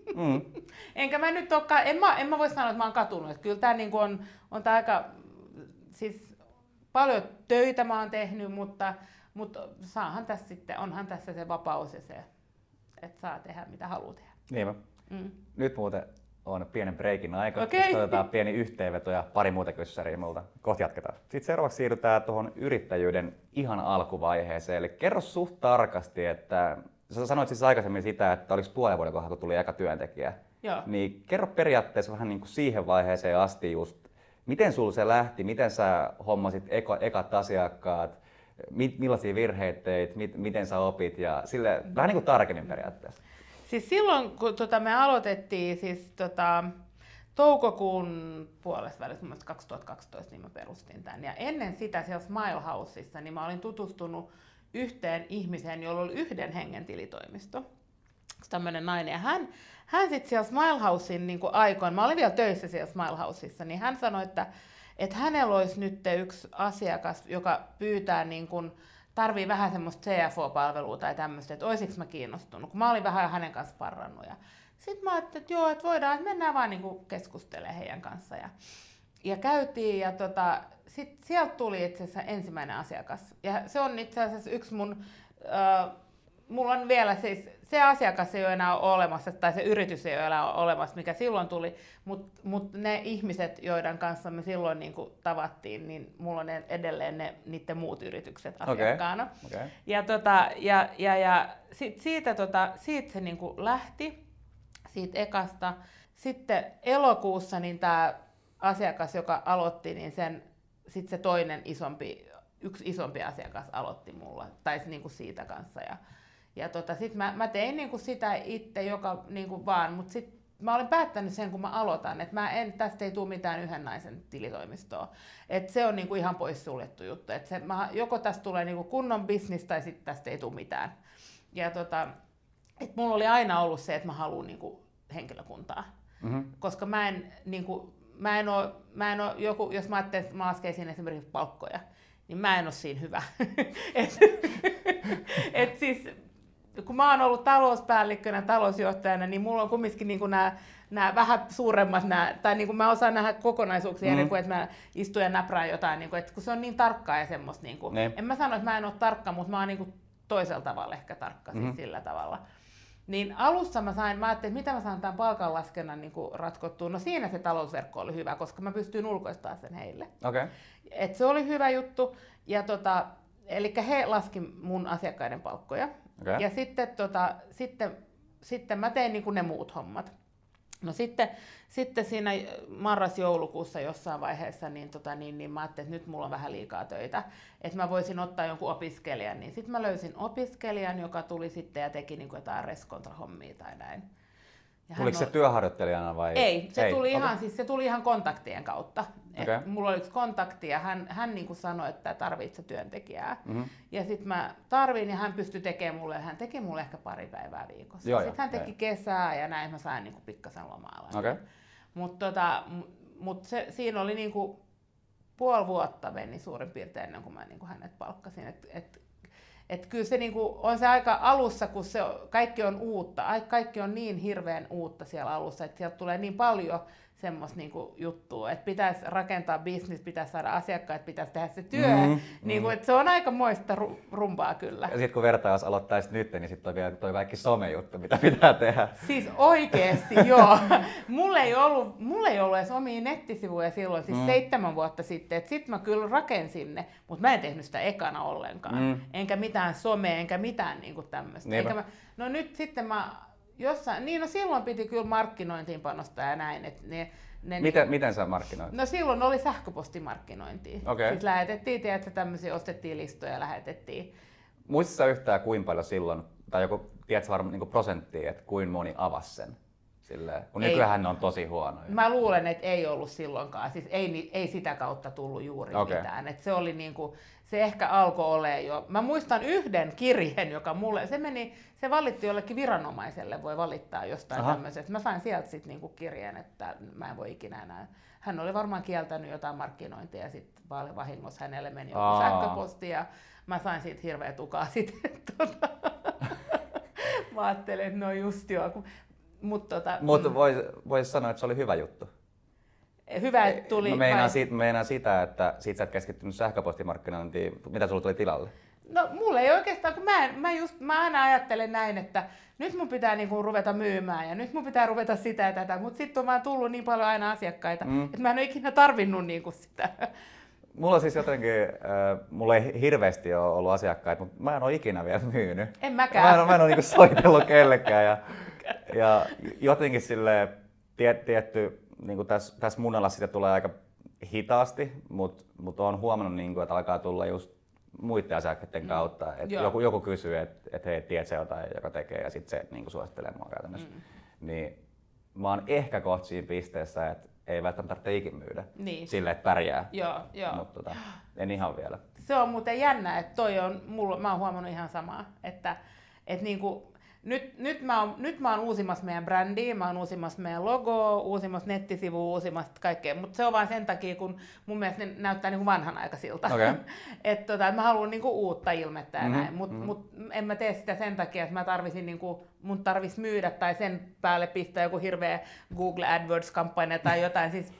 Enkä mä nyt olekaan, en mä voi sanoa, että mä oon katunut. Että kyllä tää niinku on tää aika, siis paljon töitä mä oon tehnyt, mutta saahan tässä sitten, onhan tässä se vapaus ja se, että saa tehdä mitä haluaa tehdä. Niinpä. Nyt muuten on pienen breikin aika. Okay. Otetaan pieni yhteenveto ja pari muuta kyssäriä multa. Kohta jatketaan. Sitten seuraavaksi siirrytään tuohon yrittäjyyden ihan alkuvaiheeseen. Eli kerro suht tarkasti, että sä sanoit siis aikaisemmin sitä, että oliko puolen vuoden kohdalla, kun tuli eka työntekijä. Joo. Niin kerro periaatteessa vähän niin kuin siihen vaiheeseen asti just, miten sulla se lähti, miten sä hommasit ekat asiakkaat, millaisia virheitä teit, miten sä opit ja sille vähän niin kuin tarkemmin periaatteessa. Siis silloin, kun me aloitettiin siis toukokuun puolestavälissä 2012, niin mä perustin tämän. Ja ennen sitä siellä Smile Houseissa, niin mä olin tutustunut yhteen ihmiseen, jolla oli 1 hengen tilitoimisto. Tämmöinen nainen. Ja hän sitten siellä Smile Housein niin aikoin, mä olin vielä töissä siellä Smile Houseissa, niin hän sanoi, että hänellä olisi nyt yksi asiakas, joka pyytää niin kuin, tarvii vähän semmoista CFO-palvelua tai tämmöistä, että olisiko mä kiinnostunut, kun mä olin vähän hänen kanssa parrannut. Sitten mä ajattelin, että joo, että voidaan, että mennään vaan niin kuin keskustelemaan heidän kanssa. Ja käytiin ja sitten sieltä tuli itse asiassa ensimmäinen asiakas. Ja se on itse asiassa yksi mulla on vielä siis, se asiakas ei ole enää olemassa, tai se yritys ei ole enää olemassa, mikä silloin tuli, mutta ne ihmiset, joiden kanssa me silloin niin kuin tavattiin, niin mulla on edelleen niiden muut yritykset asiakkaana. Okay. Ja siitä se niin kuin lähti, siitä ekasta. Sitten elokuussa niin tämä asiakas, joka aloitti, niin sitten se toinen yksi isompi asiakas aloitti mulla, tai niin kuin siitä kanssa. Ja sitten mä tein niinku sitä itse joka niinku vaan, mutta sitten mä olin päättänyt sen, kun mä aloitan, että tästä ei tule mitään 1 naisen tilitoimistoa. Että se on niinku ihan poissuljettu juttu. Että joko tästä tulee niinku kunnon business tai sitten tästä ei tule mitään. Ja et mulla oli aina ollut se, että mä haluan niinku henkilökuntaa. Koska mä en ole joku, jos mä ajattelin, että mä laskeisin esimerkiksi palkkoja, niin mä en ole siinä hyvä. Et siis kun mä oon ollut talouspäällikkönä, talousjohtajana, niin mulla on kumminkin niin nämä vähän suuremmat, tai niin kuin mä osaan nähdä kokonaisuuksia, niin kuin, että mä istun ja näprään jotain, niin kuin, että kun se on niin tarkkaa ja semmoista, niin kuin, en mä sano, että mä en ole tarkka, mutta mä oon niin kuin toisella tavalla ehkä tarkka, siis sillä tavalla. Niin alussa mä ajattelin, että mitä mä saan tämän palkanlaskennan niin kuin ratkottua. No siinä se talousverkko oli hyvä, koska mä pystyin ulkoistamaan sen heille. Okay. Et se oli hyvä juttu. Ja eli he laski mun asiakkaiden palkkoja. Okay. Ja sitten mä tein niin kuin ne muut hommat. No sitten siinä marras-joulukuussa jossain vaiheessa niin mä ajattelin, että nyt mulla on vähän liikaa töitä, että mä voisin ottaa jonkun opiskelijan. Niin sitten mä löysin opiskelijan, joka tuli sitten ja teki niin kuin jotain reskontrahommia tai näin. Ja tuliko se työharjoittelijana vai? Ei, se tuli ihan kontaktien kautta. Okay. Mulla oli yksi kontakti ja hän niin kuin sanoi, että tarvitsee työntekijää. Ja sitten mä tarvin ja hän pystyi tekemään mulle, hän teki mulle ehkä pari päivää viikossa. Sitten hän teki kesää ja näin mä sain niin kuin pikkasen lomailla. Okay. Mutta siinä oli niin kuin puoli vuotta meni suurin piirtein ennen kuin mä niin kuin hänet palkkasin. Et kyllä se niinku on se aika alussa, kun kaikki on uutta, kaikki on niin hirveän uutta siellä alussa, että sieltä tulee niin paljon semmoista niinku juttua, että pitäisi rakentaa business, pitäisi saada asiakkaat, pitäisi tehdä se työ, niinku, että se on aika moista rumpaa kyllä. Ja sitten kun vertaus aloittaisi nyt, niin sitten on vielä toi kaikki somejuttu, mitä pitää tehdä. Siis oikeesti, joo. Mulla ei ollut edes omia nettisivuja silloin, siis 7 vuotta sitten, että sitten mä kyllä rakensin ne, mutta mä en tehnyt sitä ekana ollenkaan. Enkä mitään somea, enkä mitään niinku tämmöistä. No nyt sitten silloin piti kyllä markkinointiin panostaa ja näin. Että miten sä markkinoit? No silloin oli sähköpostimarkkinointia. Okay. Siis lähetettiin, tämmöisiä, ostettiin listoja ja lähetettiin. Muistatko sä yhtään kuinka paljon silloin, tai joku, tiedätkö varmaan niin prosenttia, että kuinka moni avasi sen? Silleen, kun nykyään ne on tosi huonoja. Mä luulen, että ei ollut silloinkaan. Siis ei sitä kautta tullut juuri mitään. Et se oli niinku, se ehkä alkoi olemaan jo. Mä muistan yhden kirjeen, joka mulle, se valitti jollekin viranomaiselle, voi valittaa jostain tämmöisestä. Mä sain sieltä sitten niinku kirjeen, että mä en voi ikinä enää. Hän oli varmaan kieltänyt jotain markkinointia ja sitten vahingossa hänelle meni joku sähköposti ja mä sain siitä hirveä tukaa sitten. Mä ajattelin, että no just joo. Mutta voisi sanoa, että se oli hyvä juttu. Hyvä, että tuli. Mä meinaan sitä, että siitä sä et keskittynyt sähköpostimarkkinointiin. Mitä sulla tuli tilalle? No mulla ei oikeastaan, kun mä aina ajattelen näin, että nyt mun pitää niinku ruveta myymään ja nyt mun pitää ruveta sitä ja tätä, mutta sitten on vaan tullut niin paljon aina asiakkaita, että mä en ole ikinä tarvinnut niinku sitä. Mulla siis jotenkin, mulla ei hirveästi ole ollut asiakkaita, mutta mä en ole ikinä vielä myynyt. En mäkään. Mä en ole niinku soitellut kellekään ja jotenkin silleen tietty, niinku tässä mun alassa sitä tulee aika hitaasti, mutta oon huomannut, niinku, että alkaa tulla just muiden asiakkaiden kautta. Että joku kysyy, että hei, tiedätkö jotain, joka tekee ja sitten se niinku suosittelee mua käytännössä. Niin mä oon ehkä kohta siinä pisteessä, että ei välttämättä tarvitse ikin myydä silleen, että pärjää. Joo. Mutta en ihan vielä. Se on muuten jännä, että mä oon huomannut ihan samaa, että niinku, nyt mä oon uusimassa meidän brändiä, mä oon uusimassa meidän logoa, uusimassa nettisivua, uusimassa kaikkea, mutta se on vain sen takia, kun mun mielestä ne näyttää niinku vanhanaikaisilta. Okay. Että mä haluan niinku uutta ilmettä ja näin, mut en mä tee sitä sen takia, että mä tarvisin niinku, mun tarvis myydä tai sen päälle pistää joku hirveä Google AdWords-kampanja tai jotain. Siis,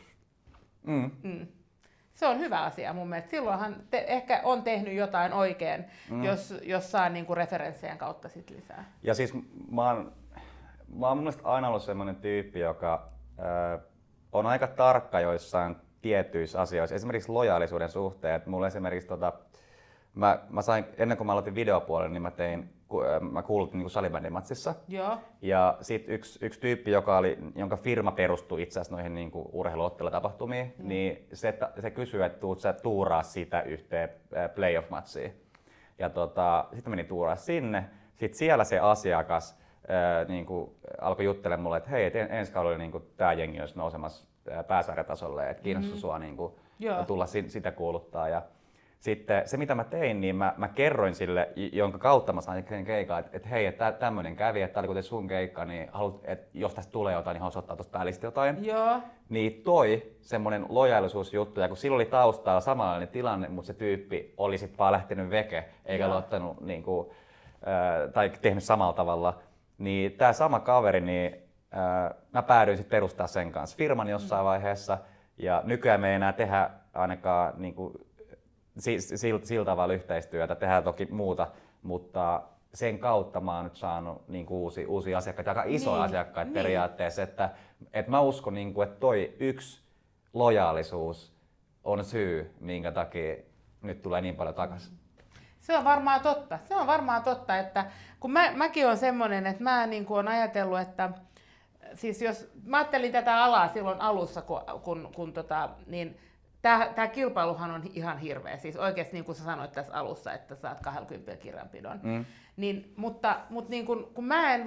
se on hyvä asia mun mielestä. Silloinhan ehkä on tehnyt jotain oikein, jos saa niinku referenssien kautta sit lisää. Ja siis mä oon mun mielestä aina ollut semmoinen tyyppi, joka on aika tarkka joissain tiettyissä asioissa. Esimerkiksi lojaalisuuden suhteen. Mulla esimerkiksi mä sain, ennen kuin mä aloitin videopuolen, niin mä kuulutin niin salibändimatsissa. Joo. Ja sitten yksi tyyppi, jonka firma perustui itse asiassa noihin niin urheiluottelutapahtumiin, niin se kysyi, että tuut sä tuuraa sitä yhteen playoff-matsiin. Ja sitten menin tuuraa sinne. Sitten siellä se asiakas alkoi juttelemaan mulle, että hei, ensi kaudella tämä jengi olisi nousemassa pääsarjatasolle, että kiinnostaa sua tulla sitä kuuluttaa. Ja sitten se mitä mä tein, niin mä kerroin sille, jonka kautta mä sain keikan, että hei, että tämmöinen kävi, että tää oli kuten sun keikka, niin jos tästä tulee jotain, niin haluaisin ottaa tuosta päällistä jotain. Joo. Niin toi semmonen lojaalisuusjuttu, ja kun sillä oli taustalla samanlainen tilanne, mutta se tyyppi oli sit vaan lähtenyt veke, eikä ole ottanut niinku, tai tehnyt samalla tavalla, niin tämä sama kaveri, niin mä päädyin sitten perustaa sen kanssa firman jossain vaiheessa, ja nykyään me ei enää tehdä ainakaan niin kuin, sillä tavalla yhteistyötä, tehdään toki muuta, mutta sen kautta mä oon nyt saanut niin kuin uusia asiakkaita, aika isoja asiakkaita periaatteessa, että mä uskon, niin kuin, että toi yksi lojaalisuus on syy, minkä takia nyt tulee niin paljon takaisin. Se on varmaan totta. Se on varmaan totta, että kun mäkin olen semmoinen, että mä niin kuin olen ajatellut, että siis jos mä ajattelin tätä alaa silloin alussa, niin tämä kilpailuhan on ihan hirveä. Siis oikeasti niin kuin sä sanoit tässä alussa, että saat 20 kirjanpidon. Niin, mutta niin kun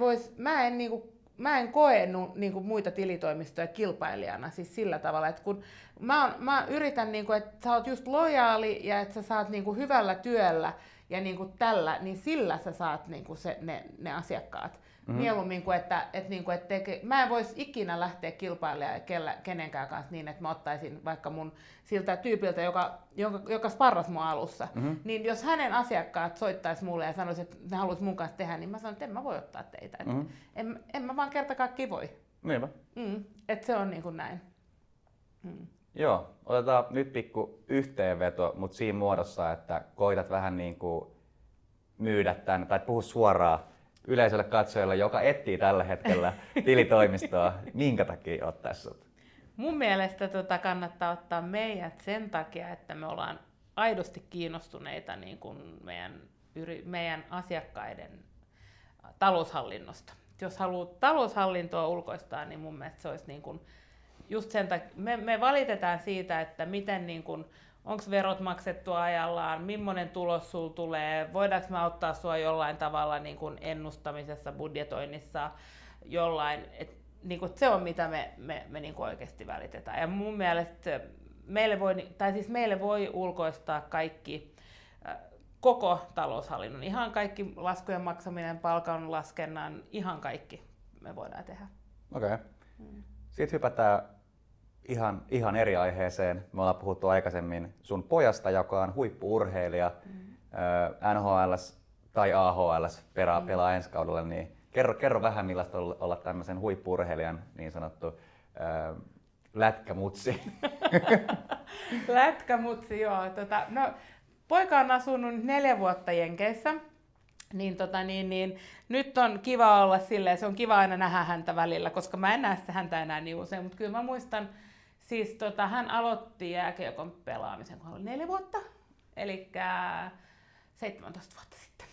mä en koe niin kuin muita tilitoimistoja kilpailijana siis sillä tavalla, että kun mä yritän, niin kuin, että sä oot just lojaali ja että sä saat niin kuin hyvällä työllä ja niin kuin tällä, niin sillä sä saat niin kuin ne asiakkaat. Mieluummin kuin että mä en voisi ikinä lähteä kilpailemaan kenenkään kanssa niin, että mä ottaisin vaikka mun siltä tyypiltä, joka sparras mun alussa, niin jos hänen asiakkaat soittaisi mulle ja sanoisi, että ne haluaisi mun kanssa tehdä, niin mä sanon, että en mä voi ottaa teitä. En mä vaan kerta kaikkiaan voi. Niinpä. Että se on niin kuin näin. Joo, otetaan nyt pikku yhteenveto, mutta siinä muodossa, että koitat vähän niin kuin myydä tämän tai puhu suoraan yleisölle katsojalle, joka etsii tällä hetkellä tilitoimistoa. Minkä takia ottaisi sut? Mun mielestä kannattaa ottaa meidät sen takia, että me ollaan aidosti kiinnostuneita niin kuin meidän asiakkaiden taloushallinnosta. Jos haluat taloushallintoa ulkoistaa, niin mun mielestä se olisi niin kuin just sen takia. Me valitetaan siitä, että miten niin kuin onko verot maksettu ajallaan, millainen tulos sulla tulee, voidaanko me auttaa sua jollain tavalla niin kuin ennustamisessa, budjetoinnissa, jollain. Niin kuin se on mitä me niin kuin oikeasti välitetään. Ja mun mielestä meille voi ulkoistaa kaikki, koko taloushallinnon, ihan kaikki laskujen maksaminen, palkan laskennan, ihan kaikki me voidaan tehdä. Okei. Sitten hypätään ihan eri aiheeseen. Me ollaan puhuttu aikaisemmin sun pojasta, joka on huippu-urheilija, NHL:ssä tai AHL:ssä pelaa ensi kaudella. Niin kerro vähän, millaista olla tämmöisen huippu-urheilijan niin sanottu lätkämutsi. Lätkämutsi, joo. No, poika on asunut 4 vuotta Jenkeissä. Niin, nyt on kiva olla silleen, se on kiva aina nähdä häntä välillä, koska mä en näe häntä enää niin usein, mutta kyllä mä muistan, siis hän aloitti jääkiekon pelaamisen, kun hän oli 4 vuotta, eli 17 vuotta sitten.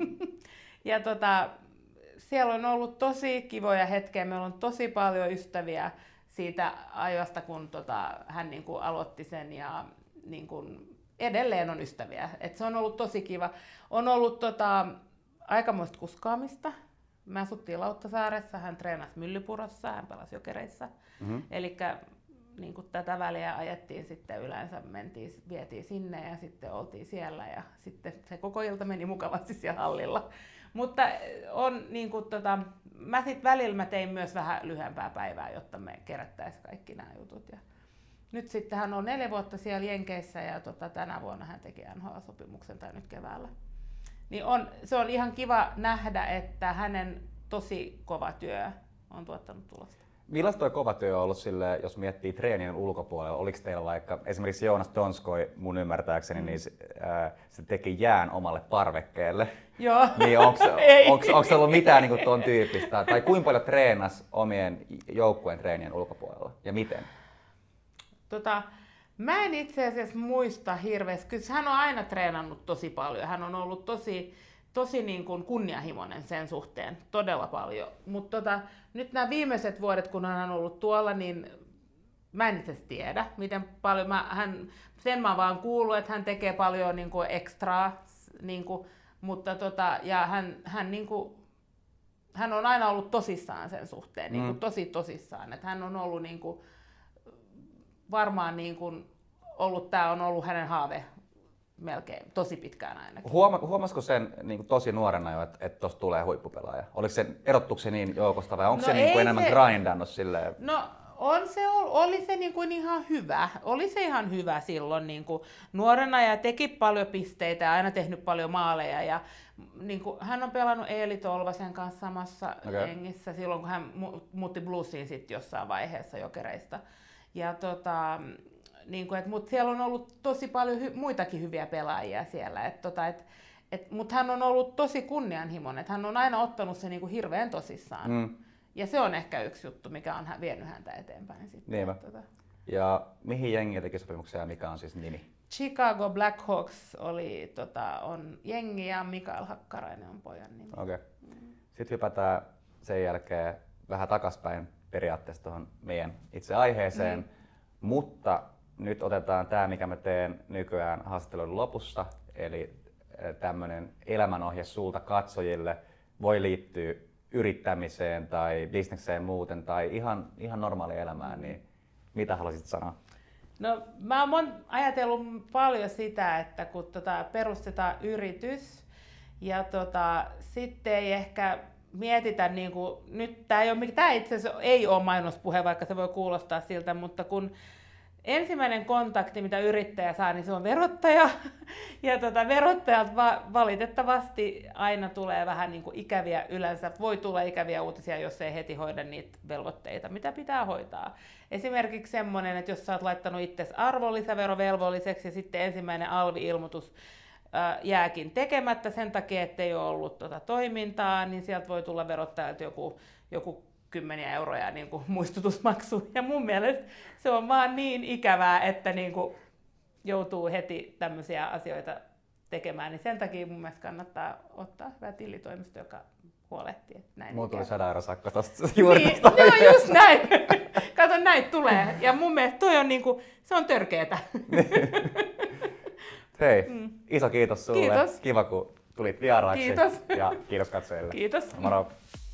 Ja siellä on ollut tosi kivoja hetkiä, meillä on tosi paljon ystäviä siitä ajasta, kun hän niin kuin aloitti sen ja niin kuin edelleen on ystäviä. Et se on ollut tosi kiva. On ollut aikamoista kuskaamista. Me asuttiin Lauttasaaressa, hän treenasi Myllypurossa, hän pelasi Jokereissa. Elikkä niin kuin tätä väliä ajettiin sitten yleensä, vietiin sinne ja sitten oltiin siellä ja sitten se koko ilta meni mukavasti siellä hallilla. Mutta on niin kuin mä sitten välillä tein myös vähän lyhyempää päivää, jotta me kerättäisiin kaikki nämä jutut. Ja nyt sitten hän on 4 vuotta siellä Jenkeissä ja tänä vuonna hän teki NHL-sopimuksen tai nyt keväällä. Niin se on ihan kiva nähdä, että hänen tosi kova työ on tuottanut tulosta. Millaista tuo kova työ on ollut sille, jos miettii treenien ulkopuolella? Oliko teillä vaikka esimerkiksi Joonas Donskoi, mun ymmärtääkseni, niin se teki jään omalle parvekkeelle. Joo. Niin onko se ollut mitään niin kuin tuon tyyppistä? Tai kuinka paljon treenasi omien joukkueen treenien ulkopuolella ja miten? Mä en itse asiassa muista hirveästi. Kyllä hän on aina treenannut tosi paljon. Hän on ollut tosi niin kuin kunnianhimoinen sen suhteen, todella paljon. Mutta nyt nämä viimeiset vuodet, kun hän on ollut tuolla, niin mä en itse asiassa tiedä, miten paljon. Sen mä vaan kuullut, että hän tekee paljon niin kuin ekstraa, niin kuin, mutta ja hän on aina ollut tosissaan sen suhteen, niin kuin tosi tosissaan. Että hän on ollut niin kuin, varmaan niin kuin tämä on ollut hänen haave melkein tosi pitkään ainakin. Huomasiko sen niin kuin tosi nuorena jo, että tuosta tulee huippupelaaja? Oliko se erottuko se niin joukosta vai onko se niin kuin enemmän grindannut silleen? No oli se niin kuin ihan hyvä. Oli se ihan hyvä silloin niin kuin nuorena ja teki paljon pisteitä ja aina tehnyt paljon maaleja. Ja niin kuin, hän on pelannut Eeli Tolvasen kanssa samassa jengissä silloin, kun hän muutti Bluesiin sitten jossain vaiheessa Jokereista. Ja niin kuin, mutta siellä on ollut tosi paljon muitakin hyviä pelaajia siellä. Mutta hän on ollut tosi kunnianhimoinen. Hän on aina ottanut se niin kuin hirveän tosissaan. Ja se on ehkä yksi juttu, mikä on vienyt häntä eteenpäin sitten. Ja mihin jengi teki sopimuksia ja mikä on siis nimi? Chicago Blackhawks on jengi ja Mikael Hakkarainen on pojan nimi. Okei. Sitten hypätään sen jälkeen vähän takaspäin periaatteessa tuohon meidän itse aiheeseen. Mutta nyt otetaan tämä, mikä mä teen nykyään haastattelun lopussa. Eli tämmöinen elämänohje sulta katsojille voi liittyä yrittämiseen tai bisnekseen muuten tai ihan normaaliin elämään, niin mitä haluaisit sanoa? No mä oon ajatellut paljon sitä, että kun perustetaan yritys ja sitten ei ehkä mietitä, niin kuin, nyt tämä itse asiassa ei ole mainospuhe, vaikka se voi kuulostaa siltä, mutta kun ensimmäinen kontakti, mitä yrittäjä saa, niin se on verottaja. Ja verottajalta valitettavasti aina tulee vähän niin kuin ikäviä, yleensä voi tulla ikäviä uutisia, jos ei heti hoida niitä velvoitteita, mitä pitää hoitaa. Esimerkiksi semmoinen, että jos sä oot laittanut itsesi arvonlisäverovelvolliseksi ja sitten ensimmäinen alvi-ilmoitus jääkin tekemättä sen takia, ettei ole ollut toimintaa, niin sieltä voi tulla verottajalta joku 10 euroja niin kuin muistutusmaksu. Ja mun mielestä se on vaan niin ikävää, että niin kuin joutuu heti tämmöisiä asioita tekemään. Niin sen takia mun mielestä kannattaa ottaa hyvä tilitoimisto, joka huolehtii, että näin. Mulla tuli 100 € sakko tosta juuri niin, tosta. Joo, just näin. Kato, näin tulee. Ja mun mielestä toi on niinku, se on törkeetä. Hei, iso kiitos sulle. Kiitos. Kiva kun tulit vieraaksi. Kiitos. Ja kiitos katsojille. Kiitos. Moro.